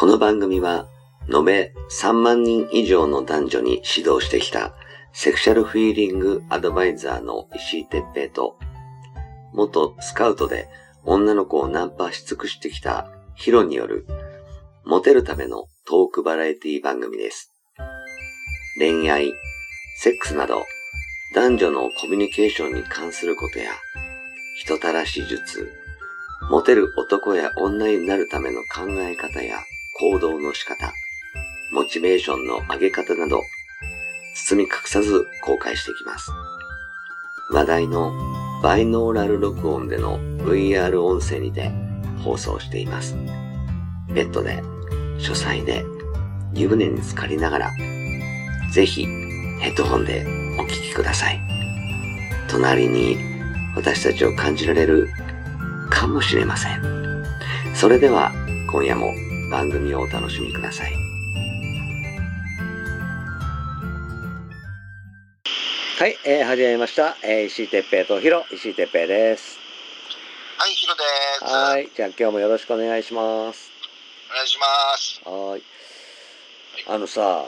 の番組は延べ3万人以上の男女に指導してきたセクシャルフィーリングアドバイザーの石井哲平と、元スカウトで女の子をナンパし尽くしてきたヒロによるモテるためのトークバラエティ番組です。恋愛、セックスなど男女のコミュニケーションに関することや人たらし術、モテる男や女になるための考え方や行動の仕方、モチベーションの上げ方など包み隠さず公開していきます。話題のバイノーラル録音での VR 音声にて放送しています。ベッドで、書斎で、湯船に浸かりながら、ぜひヘッドホンでお聞きください。隣に私たちを感じられるかもしれません。それでは今夜も番組をお楽しみください。はい、始めました。石井哲平とヒロ、石井哲平です。 はい、ヒロです。 はい、じゃあ今日もよろしくお願いします。 お願いします。 はい。さ、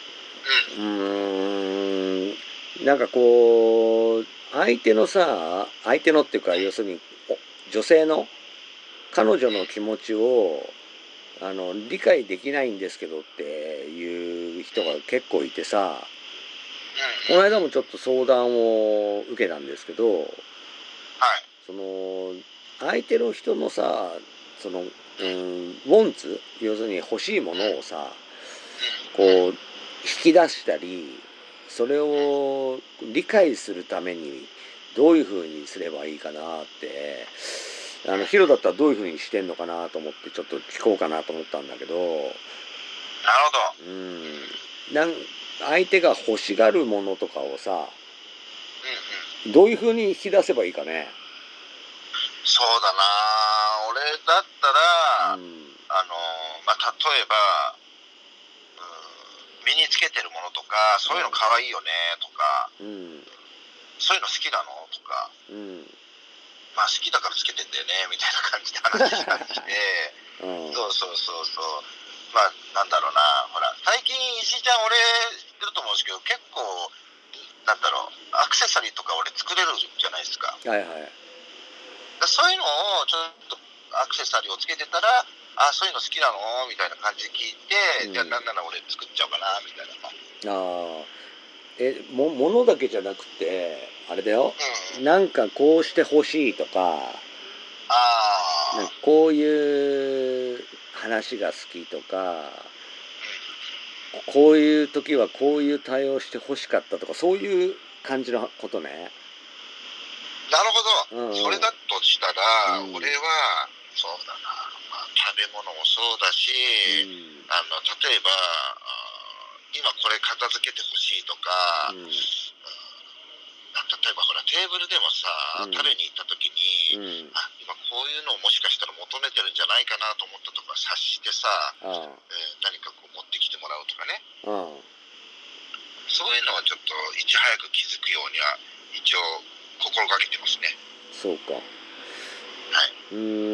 なんかこう、相手のっていうか、要するに女性の彼女の気持ちを理解できないんですけどっていう人が結構いてさ、この間もちょっと相談を受けたんですけど、その相手の人のさ、ウォンツ、要するに欲しいものをさ、こう引き出したり、それを理解するためにどういう風にすればいいかなって、ヒロだったらどういう風にしてんのかなと思ってちょっと聞こうかなと思ったんだけど。 なるほど。 相手が欲しがるものとかをさ、どういう風に引き出せばいいかね。 そうだな、俺だったら、例えば、身につけてるものとか、そういうの可愛いよねとか、そういうの好きなのとか、好きだからつけてんだよねみたいな感じで話したりしてそうなんだろうな、ほら最近石井ちゃん俺知ってると思うんですけど、結構アクセサリーとか俺作れるじゃないですか。 はいはい。 そういうのをちょっとアクセサリーをつけてたら、そういうの好きなのみたいな感じで聞いて、じゃあなんなら俺作っちゃおうかなみたいな。 物だけじゃなくてあれだよ、なんかこうしてほしいとか、なんかこういう話が好きとか、こういう時はこういう対応してほしかったとか、そういう感じのことね。 なるほど、それだとしたら、俺はそうだな、食べ物もそうだし、例えば今これ片付けてほしいとか、例えばほらテーブルでもさ、食べに行った時に、今こういうのをもしかしたら求めてるんじゃないかなと思ったとか察してさ、何かこう持ってきてもらうとかね、そういうのはちょっといち早く気づくようには一応心がけてますね。 そうか。 はい。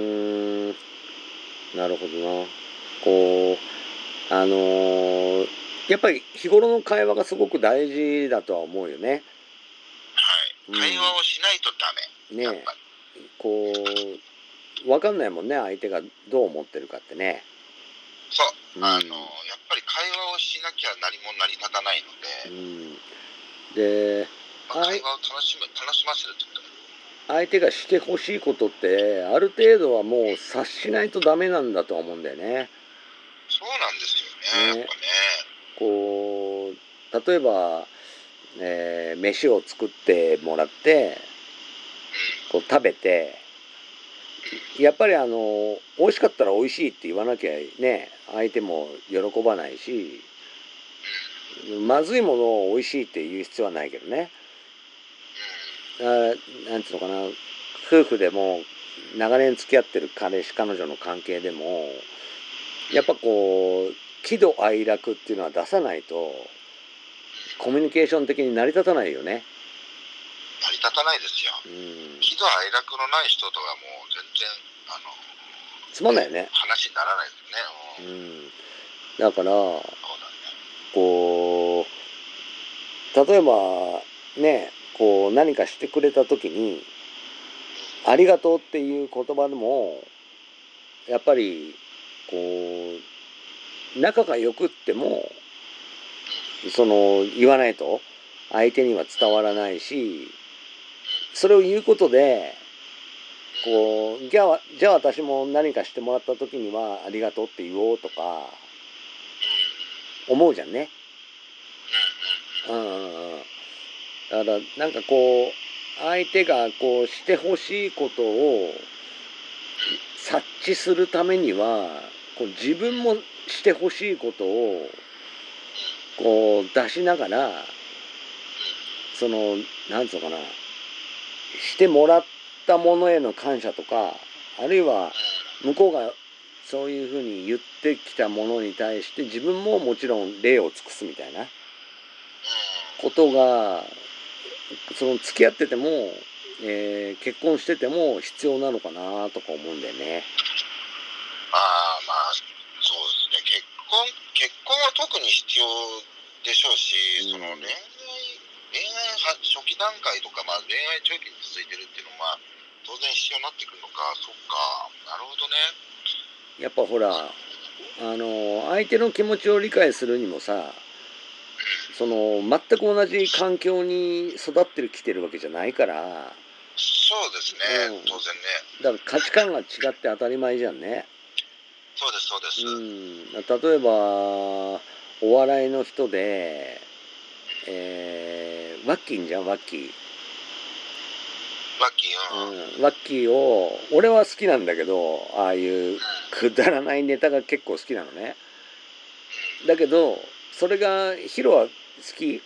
なるほどな。こうやっぱり日頃の会話がすごく大事だとは思うよね。 はい。会話をしないとダメ。 ねえ。こう分かんないもんね、相手がどう思ってるかってね。 そう。やっぱり会話をしなきゃ何も成り立たないので。 で、 会話を楽しませるってこと。 相手がしてほしいことってある程度はもう察しないとダメなんだと思うんだよね。 そうなんですよね。やっぱね。 こう例えば、飯を作ってもらって、こう食べて、やっぱり美味しかったら美味しいって言わなきゃね、相手も喜ばないし、まずいものを美味しいって言う必要はないけどね。なんていうのかな、夫婦でも長年付き合ってる彼氏彼女の関係でも、やっぱこう喜怒哀楽っていうのは出さないとコミュニケーション的に成り立たないよね。 成り立たないですよ。喜怒哀楽のない人とはもう全然つまんないよね。 話にならないですね。 だからそうだね。 こう例えばねこう何かしてくれた時にありがとうっていう言葉でもやっぱりこう仲が良くっても言わないと相手には伝わらないし、それを言うことでこうじゃあ私も何かしてもらった時にはありがとうって言おうとか思うじゃんね。だからなんかこう相手がこうしてほしいことを察知するためにはこう自分もしてほしいことをこう出しながらなんつうのかなしてもらったものへの感謝とかあるいは向こうがそういうふうに言ってきたものに対して自分ももちろん礼を尽くすみたいなことが付き合ってても、結婚してても必要なのかなとか思うんだよね。 まあそうですね。結婚は特に必要でしょうし、その恋愛初期段階とか、恋愛長期に続いてるっていうのは、当然必要になってくるのか。そっか、なるほどね。 やっぱほら相手の気持ちを理解するにもさ全く同じ環境に育ってきてるわけじゃないから。 そうですね、当然ね。 だから価値観が違って当たり前じゃんね。 そうですそうです。 例えばお笑いの人で、ワッキーじゃんワッキー。ワッキーを俺は好きなんだけどああいうくだらないネタが結構好きなのね。だけどそれがヒロは好き？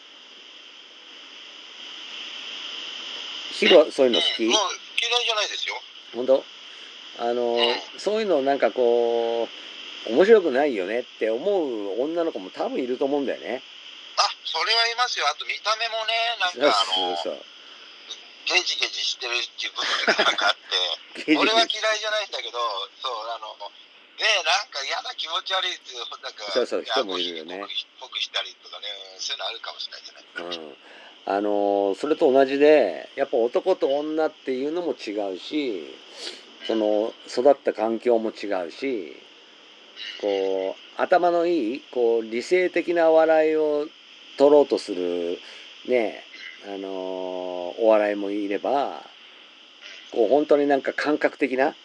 ヒロはそういうの好き？ 嫌いじゃないですよ。 本当？そういうのなんかこう面白くないよねって思う女の子も多分いると思うんだよね。 それはいますよ。あと見た目もね、なんかゲジゲジしてるっていう部分がなんかあって俺は嫌いじゃないんだけど、なんか嫌な気持ち悪いっていうなんか人もいるよね。 ぽくしたりとかね、そういうのあるかもしれないじゃない。 それと同じでやっぱ男と女っていうのも違うし育った環境も違うしこう頭のいいこう理性的な笑いを取ろうとするねお笑いもいればこう本当になんか感覚的な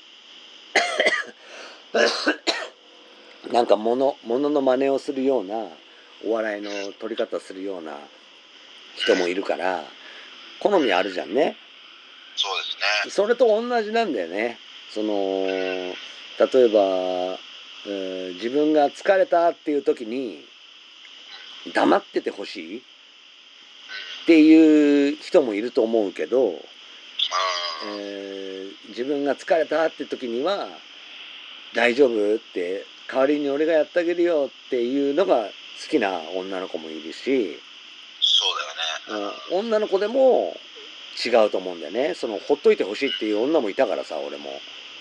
なんか物の真似をするようなお笑いの取り方するような人もいるから好みあるじゃんね。 そうですね。 それと同じなんだよね。例えば、自分が疲れたっていう時に黙っててほしいっていう人もいると思うけど、自分が疲れたって時には大丈夫って代わりに俺がやってあげるよっていうのが好きな女の子もいるし、 そうだよね。 女の子でも違うと思うんだよね。ほっといてほしいっていう女もいたからさ、俺も。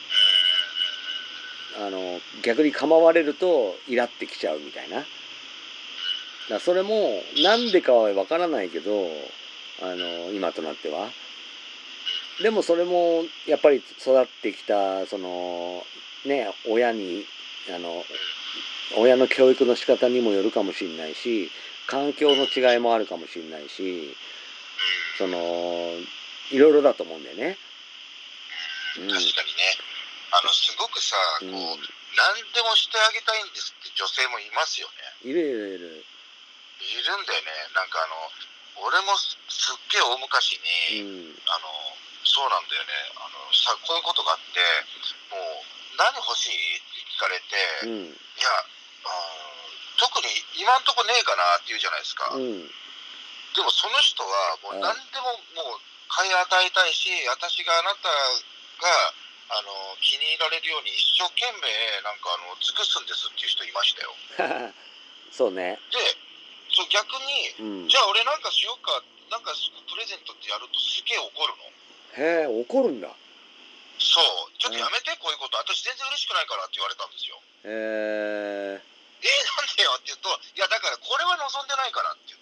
逆に構われるとイラってきちゃうみたいな。それもなんでかはわからないけど、今となっては。でもそれもやっぱり育ってきた親の教育の仕方にもよるかもしれないし、環境の違いもあるかもしれないし、いろいろだと思うんだよね。 確かにね。すごくさ、何でもしてあげたいんですって女性もいますよね。 いる。 いるんだよね。なんか俺もすっげえ大昔に、そうなんだよね。こういうことがあって、もう何欲しいって聞かれて、いや、特に今んとこねえかなって言うじゃないですか。でもその人はもう何でももう買い与えたいし、私があなたが気に入られるように一生懸命なんか尽くすんですっていう人いましたよ。 そうね。 で、逆に、じゃあ俺なんかしようか、なんかプレゼントってやるとすげえ怒るの。 へえ、怒るんだ。 そう、ちょっとやめて、こういうこと、私全然嬉しくないからって言われたんですよ。なんでよって言うと、いやだからこれは望んでないからって言って、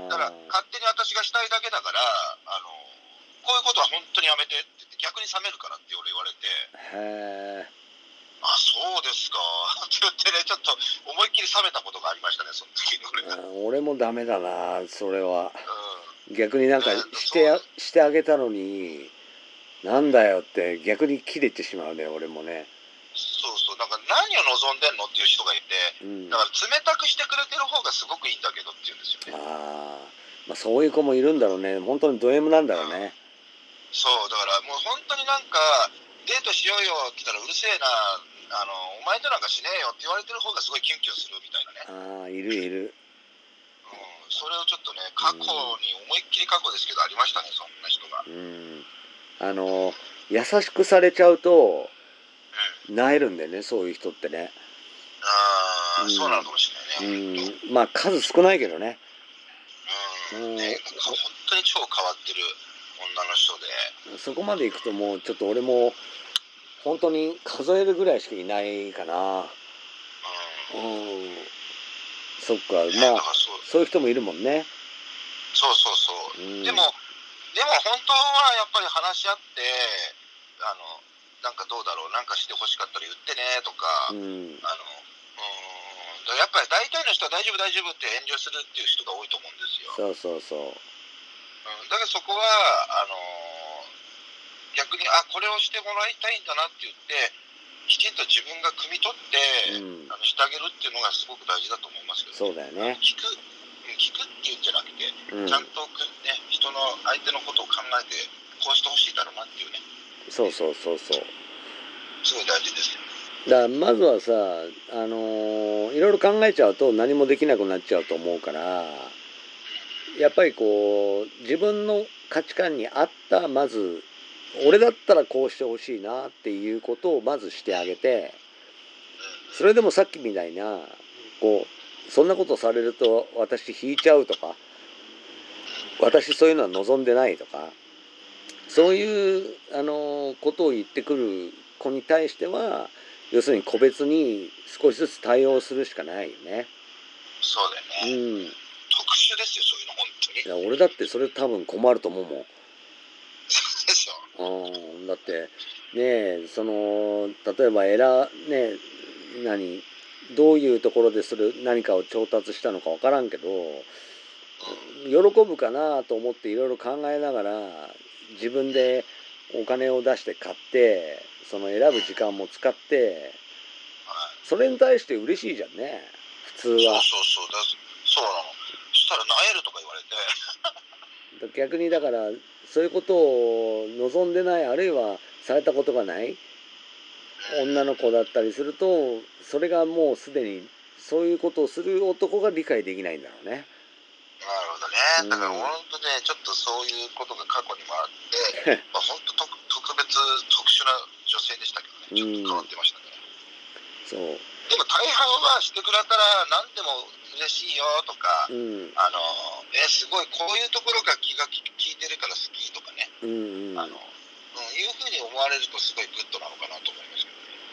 だから勝手に私がしたいだけだから、こういうことは本当にやめてって言って、逆に冷めるからって俺言われて、あ、そうですかって言ってね、ちょっと思いっきり冷めたことがありましたね、その時に俺もダメだな、それは。逆になんかしてあげたのに、なんだよって逆に切れてしまうね、俺もね。 そうそう、なんか何を望んでんのっていう人がいて、だから冷たくしてくれてる方がすごくいいんだけどって言うんですよね。 まあそういう子もいるんだろうね。本当にド M なんだろうね。 そう、だからもう本当になんか、デートしようよって言ったらうるせえな、お前となんかしねえよって言われてる方がすごいキュンキュンするみたいなね。 いるいる。 それをちょっとね、過去に思いっきり過去ですけどありましたね、そんな人が。 優しくされちゃうと、萎えるんだよね、そういう人ってね。 そうなのかもしれないね。 まあ数少ないけどね。 本当に超変わってる女の人で。 そこまでいくともうちょっと俺も本当に数えるぐらいしかいないかな。そっか、まあそういう人もいるもんね。 そうそうそう。でも本当はやっぱり話し合って、なんかどうだろう、なんかしてほしかったら言ってねとか、やっぱり大体の人は大丈夫大丈夫って遠慮するっていう人が多いと思うんですよ。 そう。 だからそこは逆にこれをしてもらいたいんだなって言ってきちんと自分が汲み取って、してあげるっていうのがすごく大事だと思いますけど、 そうだよね。 聞くっていうんじゃなくて、ちゃんとね、人の相手のことを考えてこうしてほしいだろうなっていうね。 そうすごい大事ですよ。 だからまずはさ、いろいろ考えちゃうと何もできなくなっちゃうと思うから、やっぱりこう自分の価値観に合ったまず俺だったらこうしてほしいなっていうことをまずしてあげて、それでもさっきみたいなこうそんなことされると私引いちゃうとか、私そういうのは望んでないとか、そういうことを言ってくる子に対しては要するに個別に少しずつ対応するしかないよね。 そうだよね。特殊ですよ、そういうの本当に。 いや俺だってそれ多分困ると思うもん。 そうでしょ。 だってねえ、例えばどういうところで何かを調達したのか分からんけど、喜ぶかなと思っていろいろ考えながら自分でお金を出して買ってその選ぶ時間も使ってそれに対して嬉しいじゃんね、普通は。 そうなの。そしたら萎えるとか言われて逆にだからそういうことを望んでない、あるいはされたことがない女の子だったりすると、それがもうすでにそういうことをする男が理解できないんだろうね。 なるほどね。だから本当ね、ちょっとそういうことが過去にもあって本当特別特殊な女性でしたけどね、ちょっと変わってましたね。 そうでも大半はしてくれたら何でも嬉しいよとか、すごいこういうところが気が利いてるから好きとかね、いうふうに思われるとすごいグッドなのかなと思います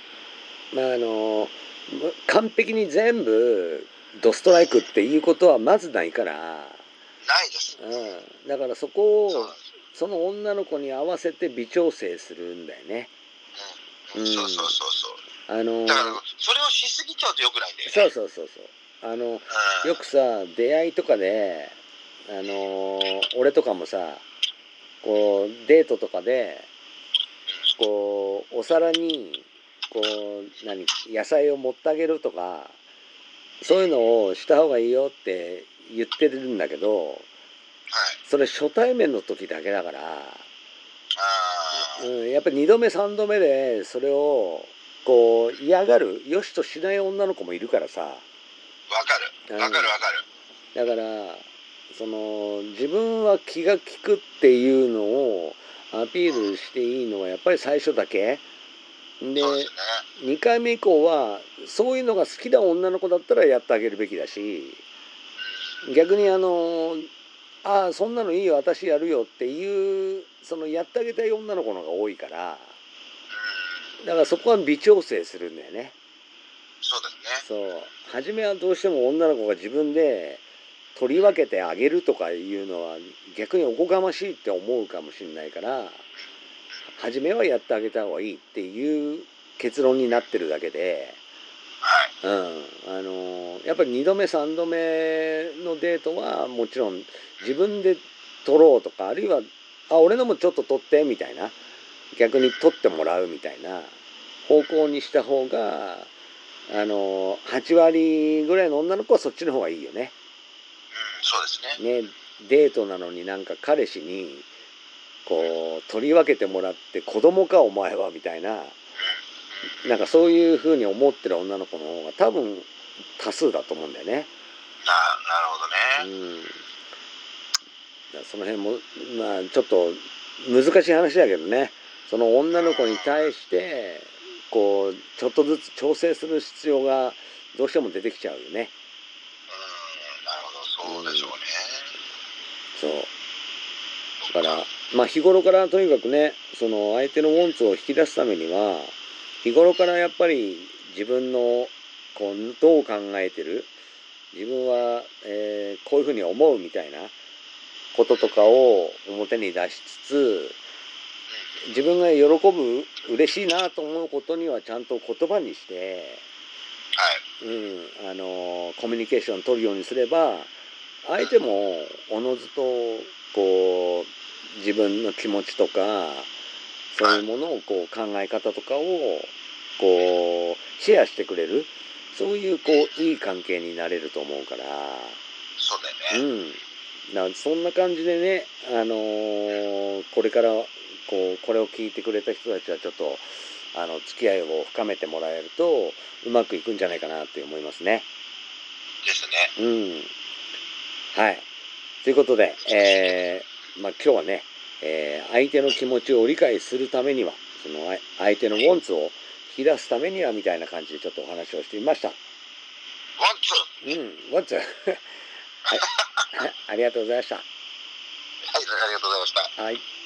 けどね。完璧に全部ドストライクっていうことはまずないから。 ないです。 だからそこをその女の子に合わせて微調整するんだよね。 そうだからそれをしすぎちゃうとよくないんだよね。 そうよくさ出会いとかで俺とかもさこうデートとかでこうお皿にこう野菜を盛ってあげるとかそういうのをした方がいいよって言ってるんだけど、それ初対面の時だけだから、やっぱり2度目3度目でそれをこう嫌がるよしとしない女の子もいるからさ。わかる。 だから自分は気が利くっていうのをアピールしていいのはやっぱり最初だけで、2回目以降はそういうのが好きな女の子だったらやってあげるべきだし、逆にそんなのいいよ私やるよっていうそのやってあげたい女の子の方が多いから。 だからそこは微調整するんだよね。 そうですね。 そう。初めはどうしても女の子が自分で取り分けてあげるとかいうのは逆におこがましいって思うかもしれないから、初めはやってあげた方がいいっていう結論になってるだけで、やっぱり2度目3度目のデートはもちろん自分で取ろうとか、あるいは俺のもちょっと取ってみたいな、逆に取ってもらうみたいな方向にした方が8割ぐらいの女の子はそっちの方がいいよね。 そうですね。 ね、デートなのになんか彼氏にこう取り分けてもらって子供かお前はみたいな、なんかそういう風に思ってる女の子の方が多分多数だと思うんだよね。 なるほどね。 その辺もまあちょっと難しい話だけどね、その女の子に対してこうちょっとずつ調整する必要がどうしても出てきちゃうよね。 なるほど、そうでしょうね。 そう。だからまあ日頃からとにかくね、その相手のウォンツを引き出すためには日頃からやっぱり自分のこうどう考えてる、自分は、こういうふうに思うみたいなこととかを表に出しつつ、自分が喜ぶ嬉しいなと思うことにはちゃんと言葉にして、コミュニケーション取るようにすれば相手もおのずとこう自分の気持ちとかそういうものをこう考え方とかをこうシェアしてくれる、そういうこういい関係になれると思うから。 そうだよね。 だからそんな感じでね、これからこれを聞いてくれた人たちはちょっと付き合いを深めてもらえるとうまくいくんじゃないかなって思いますね。 ですね。 はい。ということで、今日はね、相手の気持ちを理解するためには、その相手のウォンツを引き出すためにはみたいな感じでちょっとお話をしてみました。 ウォンツ。はい、ありがとうございました。 はい、ありがとうございました。 はい。